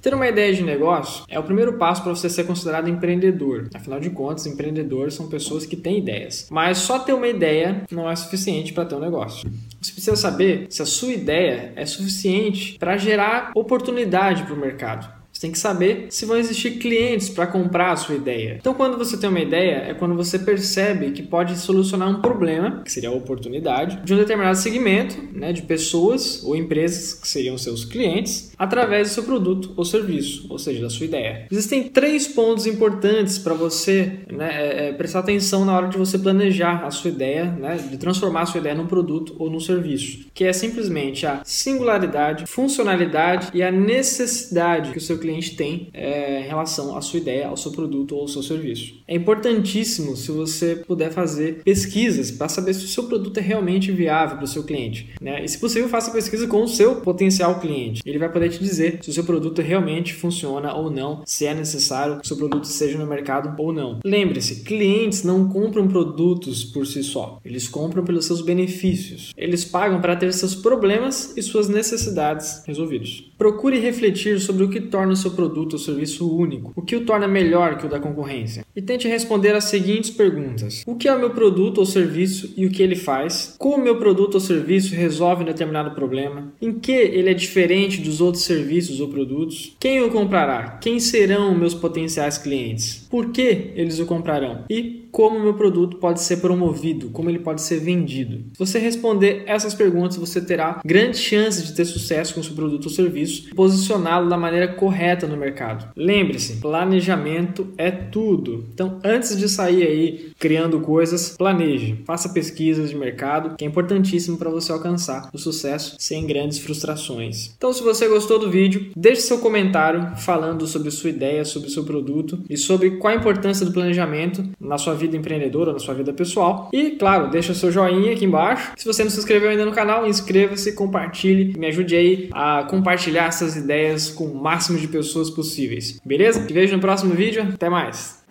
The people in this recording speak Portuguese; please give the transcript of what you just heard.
Ter uma ideia de negócio é o primeiro passo para você ser considerado empreendedor. Afinal de contas, empreendedores são pessoas que têm ideias. Mas só ter uma ideia não é suficiente para ter um negócio. Você precisa saber se a sua ideia é suficiente para gerar oportunidade para o mercado. Você tem que saber se vão existir clientes para comprar a sua ideia. Então, quando você tem uma ideia, é quando você percebe que pode solucionar um problema, que seria a oportunidade, de um determinado segmento, de pessoas ou empresas, que seriam seus clientes, através do seu produto ou serviço, ou seja, da sua ideia. Existem 3 pontos importantes para você prestar atenção na hora de você planejar a sua ideia, de transformar a sua ideia num produto ou num serviço, que é simplesmente a singularidade, funcionalidade e a necessidade que o seu cliente tem em relação à sua ideia, ao seu produto ou ao seu serviço. É importantíssimo se você puder fazer pesquisas para saber se o seu produto é realmente viável para o seu cliente. E se possível, faça pesquisa com o seu potencial cliente. Ele vai poder te dizer se o seu produto realmente funciona ou não, se é necessário que o seu produto esteja no mercado ou não. Lembre-se, clientes não compram produtos por si só. Eles compram pelos seus benefícios. Eles pagam para ter seus problemas e suas necessidades resolvidos. Procure refletir sobre o que torna o seu produto ou serviço único, o que o torna melhor que o da concorrência. E tente responder as seguintes perguntas: o que é o meu produto ou serviço e o que ele faz? Como o meu produto ou serviço resolve um determinado problema? Em que ele é diferente dos outros serviços ou produtos? Quem o comprará? Quem serão meus potenciais clientes? Por que eles o comprarão? E como o meu produto pode ser promovido? Como ele pode ser vendido? Se você responder essas perguntas, você terá grandes chances de ter sucesso com o seu produto ou serviço e posicioná-lo da maneira correta no mercado. Lembre-se, planejamento é tudo. Então, antes de sair aí criando coisas, planeje. Faça pesquisas de mercado, que é importantíssimo para você alcançar o sucesso sem grandes frustrações. Então, se você gostou do vídeo, deixe seu comentário falando sobre sua ideia, sobre o seu produto e sobre qual a importância do planejamento na sua vida empreendedora, na sua vida pessoal. E, claro, deixa o seu joinha aqui embaixo. Se você não se inscreveu ainda no canal, inscreva-se, compartilhe, me ajude aí a compartilhar essas ideias com o máximo de pessoas possíveis. Beleza? Te vejo no próximo vídeo. Até mais!